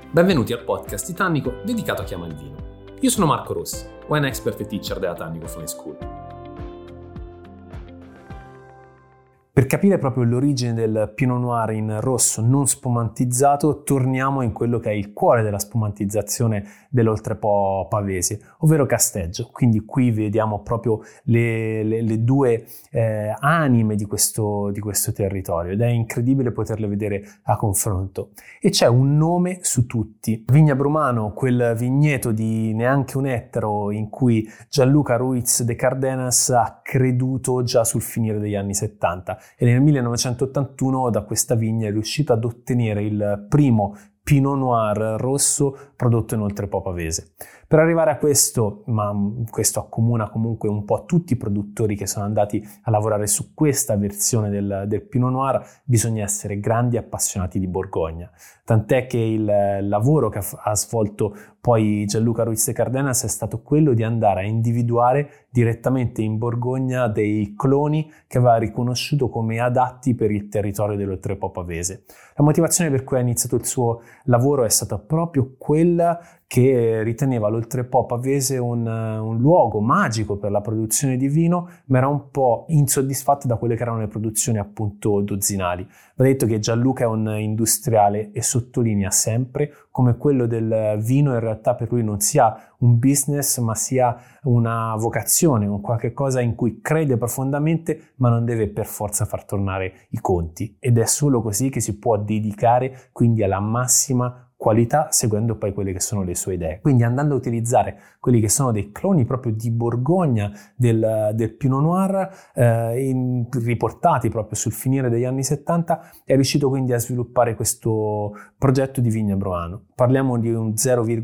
Benvenuti al podcast Titanico dedicato a chi ama il vino. Io sono Marco Rossi, wine expert e teacher della Tannico Fine School. Per capire proprio l'origine del Pinot Noir in rosso non spumantizzato, torniamo in quello che è il cuore della spumantizzazione dell'Oltrepò pavese, ovvero Casteggio. Quindi qui vediamo proprio le due anime di questo territorio ed è incredibile poterle vedere a confronto. E c'è un nome su tutti. Vigna Brumano, quel vigneto di neanche un ettaro in cui Gianluca Ruiz de Cardenas ha creduto già sul finire degli anni 70. E nel 1981 da questa vigna è riuscito ad ottenere il primo Pinot Noir rosso prodotto in Oltrepò pavese. Per arrivare a questo, ma questo accomuna comunque un po' tutti i produttori che sono andati a lavorare su questa versione del Pinot Noir, bisogna essere grandi appassionati di Borgogna. Tant'è che il lavoro che ha svolto poi Gianluca Ruiz de Cardenas è stato quello di andare a individuare direttamente in Borgogna dei cloni che aveva riconosciuto come adatti per il territorio dell'Oltrepò pavese. La motivazione per cui ha iniziato il suo lavoro è stata proprio quella che riteneva l'Oltrepò pavese un luogo magico per la produzione di vino, ma era un po' insoddisfatto da quelle che erano le produzioni appunto dozzinali. Va detto che Gianluca è un industriale e sottolinea sempre come quello del vino in realtà per lui non sia un business ma sia una vocazione, un qualche cosa in cui crede profondamente ma non deve per forza far tornare i conti, ed è solo così che si può dedicare quindi alla massima qualità seguendo poi quelle che sono le sue idee. Quindi andando a utilizzare quelli che sono dei cloni proprio di Borgogna del Pinot Noir riportati proprio sul finire degli anni 70, è riuscito quindi a sviluppare questo progetto di Vigna Brumano. Parliamo di un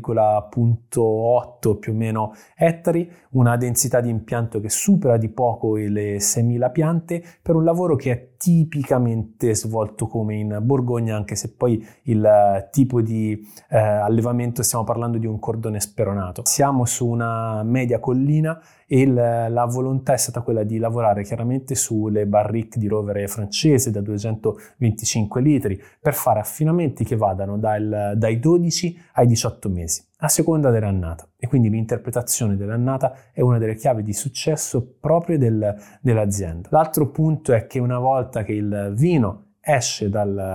0,8 più o meno ettari, una densità di impianto che supera di poco le 6.000 piante per un lavoro che è tipicamente svolto come in Borgogna, anche se poi il tipo di allevamento stiamo parlando di un cordone speronato. Siamo su una media collina e la volontà è stata quella di lavorare chiaramente sulle barrique di rovere francese da 225 litri per fare affinamenti che vadano dai 12 ai 18 mesi a seconda dell'annata, e quindi l'interpretazione dell'annata è una delle chiavi di successo proprio dell'azienda. L'altro punto è che una volta che il vino esce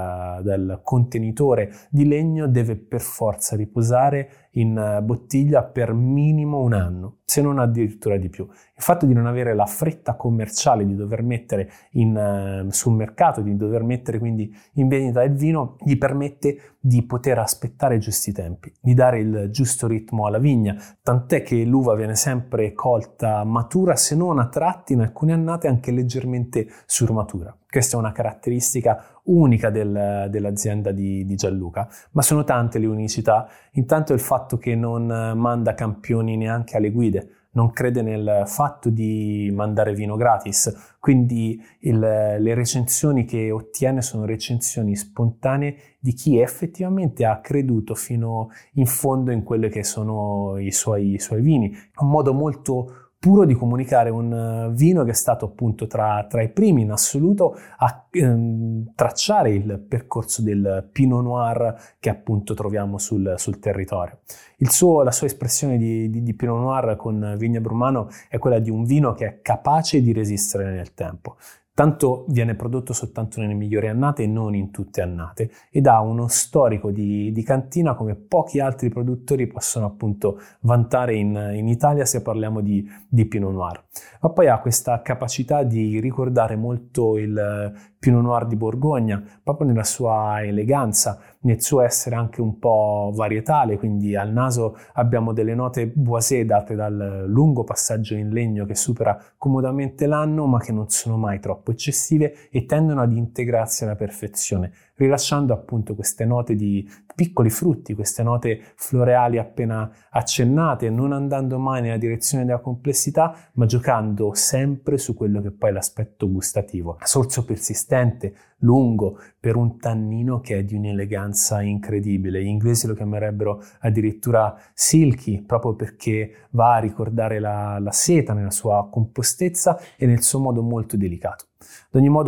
dal contenitore di legno deve per forza riposare in bottiglia per minimo un anno, se non addirittura di più. Il fatto di non avere la fretta commerciale di dover mettere sul mercato, di dover mettere quindi in vendita il vino, gli permette di poter aspettare i giusti tempi, di dare il giusto ritmo alla vigna, tant'è che l'uva viene sempre colta matura, se non a tratti in alcune annate anche leggermente surmatura. Questa è una caratteristica unica dell'azienda di Gianluca, ma sono tante le unicità. Intanto il fatto che non manda campioni neanche alle guide, non crede nel fatto di mandare vino gratis, quindi le recensioni che ottiene sono recensioni spontanee di chi effettivamente ha creduto fino in fondo in quelli che sono i suoi vini. Un modo molto puro di comunicare un vino che è stato appunto tra i primi in assoluto a tracciare il percorso del Pinot Noir che appunto troviamo sul territorio. La sua espressione di Pinot Noir con Vigna Brumano è quella di un vino che è capace di resistere nel tempo. Tanto viene prodotto soltanto nelle migliori annate e non in tutte annate, ed ha uno storico di cantina come pochi altri produttori possono appunto vantare in Italia se parliamo di Pinot Noir. Ma poi ha questa capacità di ricordare molto il Pinot Noir di Borgogna, proprio nella sua eleganza, nel suo essere anche un po' varietale, quindi al naso abbiamo delle note boisé date dal lungo passaggio in legno che supera comodamente l'anno, ma che non sono mai troppo eccessive e tendono ad integrarsi alla perfezione, rilasciando appunto queste note di piccoli frutti, queste note floreali appena accennate, non andando mai nella direzione della complessità, ma giocando sempre su quello che poi è l'aspetto gustativo. Sorso persistente, lungo, per un tannino che è di un'eleganza incredibile. Gli inglesi lo chiamerebbero addirittura silky, proprio perché va a ricordare la seta nella sua compostezza e nel suo modo molto delicato. Ad ogni modo,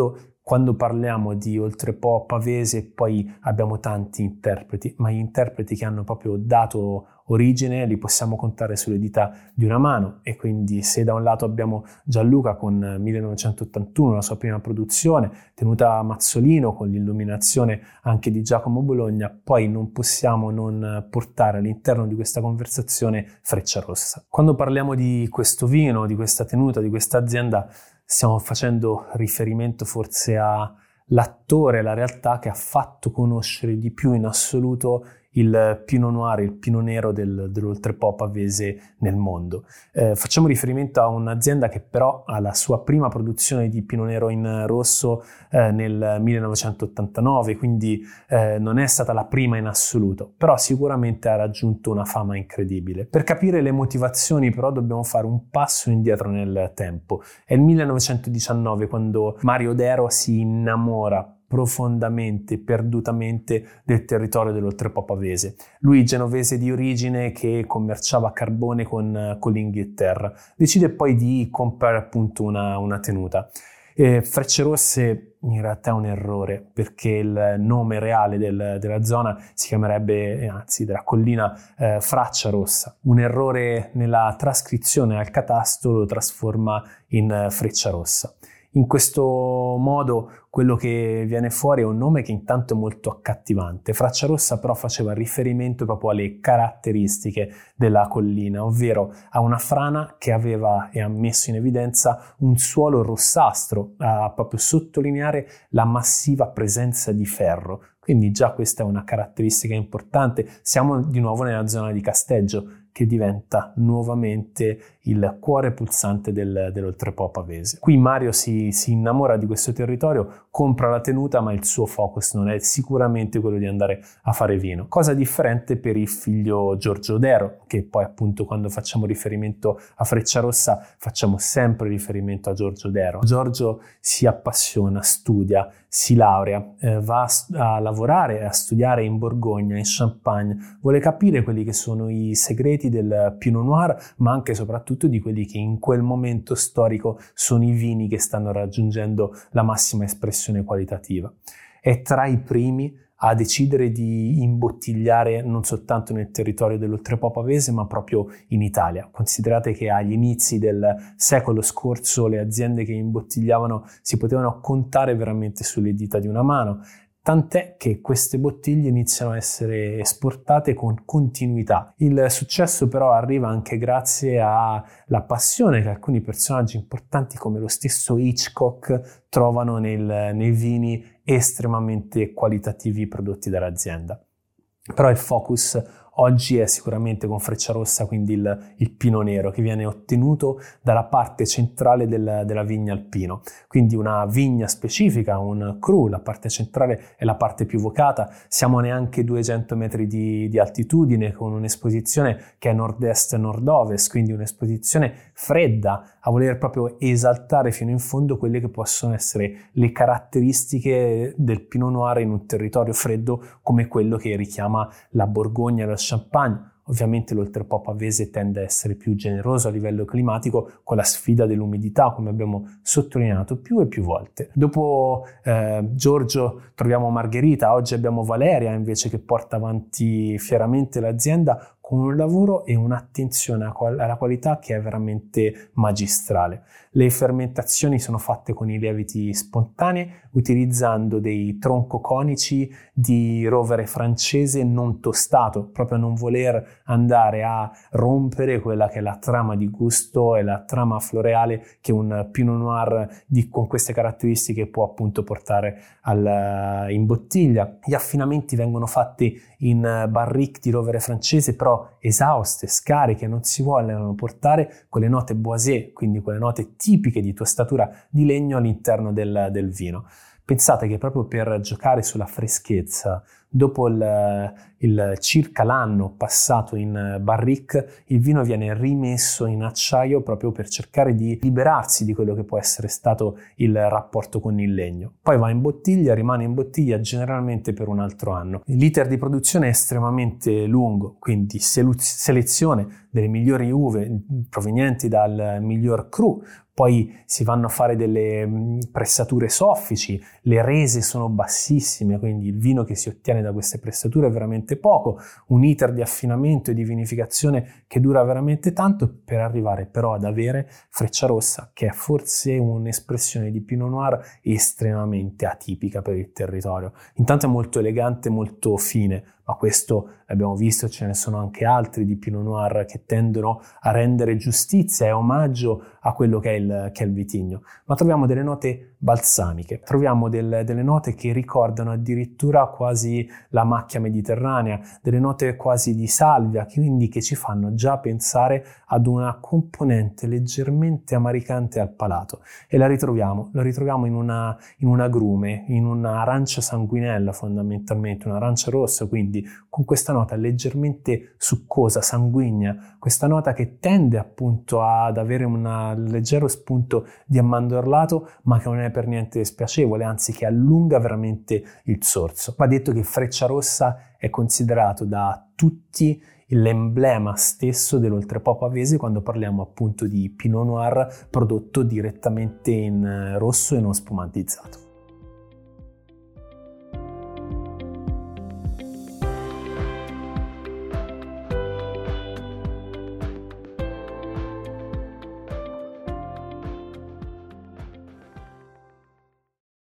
Quando parliamo di Oltrepò Pavese poi abbiamo tanti interpreti, ma gli interpreti che hanno proprio dato origine li possiamo contare sulle dita di una mano, e quindi se da un lato abbiamo Gianluca con 1981, la sua prima produzione, tenuta Mazzolino con l'illuminazione anche di Giacomo Bologna, poi non possiamo non portare all'interno di questa conversazione Frecciarossa. Quando parliamo di questo vino, di questa tenuta, di questa azienda, stiamo facendo riferimento forse all'attore, la realtà che ha fatto conoscere di più in assoluto il Pinot Noir, il Pinot Nero dell'Oltrepò Pavese nel mondo. Facciamo riferimento a un'azienda che però ha la sua prima produzione di Pinot Nero in rosso nel 1989, quindi non è stata la prima in assoluto, però sicuramente ha raggiunto una fama incredibile. Per capire le motivazioni però dobbiamo fare un passo indietro nel tempo. È il 1919 quando Mario Dero si innamora profondamente, perdutamente del territorio dell'Oltrepò Pavese. Lui, genovese di origine che commerciava a carbone con l'Inghilterra, decide poi di comprare appunto una tenuta. Frecciarosse in realtà è un errore, perché il nome reale della zona si chiamerebbe, anzi della collina, Fracciarossa. Un errore nella trascrizione al catasto lo trasforma in Frecciarossa. In questo modo quello che viene fuori è un nome che intanto è molto accattivante. Frecciarossa però faceva riferimento proprio alle caratteristiche della collina, ovvero a una frana che aveva e ha messo in evidenza un suolo rossastro, a proprio sottolineare la massiva presenza di ferro. Quindi già questa è una caratteristica importante. Siamo di nuovo nella zona di Casteggio, che diventa nuovamente il cuore pulsante dell'Oltrepò Pavese. Qui Mario si innamora di questo territorio, compra la tenuta, ma il suo focus non è sicuramente quello di andare a fare vino. Cosa differente per il figlio Giorgio Dero, che poi appunto quando facciamo riferimento a Frecciarossa facciamo sempre riferimento a Giorgio Dero. Giorgio si appassiona, studia, si laurea, va a lavorare, a studiare in Borgogna, in Champagne, vuole capire quelli che sono i segreti del Pinot Noir, ma anche e soprattutto di quelli che in quel momento storico sono i vini che stanno raggiungendo la massima espressione qualitativa. È tra i primi a decidere di imbottigliare non soltanto nel territorio dell'Oltrepò Pavese, ma proprio in Italia. Considerate che agli inizi del secolo scorso le aziende che imbottigliavano si potevano contare veramente sulle dita di una mano, tant'è che queste bottiglie iniziano a essere esportate con continuità. Il successo però arriva anche grazie alla passione che alcuni personaggi importanti come lo stesso Hitchcock trovano nei vini estremamente qualitativi prodotti dall'azienda. Però il focus oggi è sicuramente con Frecciarossa, quindi il Pinot Nero, che viene ottenuto dalla parte centrale della vigna Alpino, quindi una vigna specifica, un cru. La parte centrale è la parte più vocata, siamo neanche 200 metri di altitudine, con un'esposizione che è nord-est-nord-ovest, quindi un'esposizione fredda, a voler proprio esaltare fino in fondo quelle che possono essere le caratteristiche del Pinot Noir in un territorio freddo come quello che richiama la Borgogna e lo Champagne. Ovviamente l'Oltrepò Pavese tende a essere più generoso a livello climatico, con la sfida dell'umidità, come abbiamo sottolineato più e più volte. Dopo Giorgio troviamo Margherita, oggi abbiamo Valeria invece, che porta avanti fieramente l'azienda con un lavoro e un'attenzione alla qualità che è veramente magistrale. Le fermentazioni sono fatte con i lieviti spontanei, utilizzando dei troncoconici di rovere francese non tostato, proprio a non voler andare a rompere quella che è la trama di gusto e la trama floreale che un Pinot Noir con queste caratteristiche può appunto portare in bottiglia. Gli affinamenti vengono fatti in barrique di rovere francese, però esauste, scariche, non si vogliono portare quelle note boisé, quindi quelle note tipiche di tostatura di legno all'interno del vino. Pensate che proprio per giocare sulla freschezza, dopo circa l'anno passato in barrique, il vino viene rimesso in acciaio proprio per cercare di liberarsi di quello che può essere stato il rapporto con il legno. Poi va in bottiglia, rimane in bottiglia generalmente per un altro anno. L'iter di produzione è estremamente lungo, quindi selezione delle migliori uve provenienti dal miglior cru, poi si vanno a fare delle pressature soffici, le rese sono bassissime, quindi il vino che si ottiene da queste pressature è veramente poco, un iter di affinamento e di vinificazione che dura veramente tanto, per arrivare però ad avere Frecciarossa, che è forse un'espressione di Pinot Noir estremamente atipica per il territorio. Intanto è molto elegante, molto fine, ma questo l'abbiamo visto, ce ne sono anche altri di Pinot Noir che tendono a rendere giustizia e omaggio a quello che è il vitigno. Ma troviamo delle note balsamiche, troviamo delle note che ricordano addirittura quasi la macchia mediterranea, delle note quasi di salvia, quindi che ci fanno già pensare ad una componente leggermente amaricante al palato, e la ritroviamo in un agrume, in un'arancia sanguinella, fondamentalmente un'arancia rossa, quindi con questa nota leggermente succosa, sanguigna, questa nota che tende appunto ad avere un leggero spunto di ammandorlato, ma che non è per niente spiacevole, anzi che allunga veramente il sorso. Va detto che Frecciarossa è considerato da tutti l'emblema stesso dell'Oltrepò Pavese quando parliamo appunto di Pinot Noir prodotto direttamente in rosso e non spumantizzato.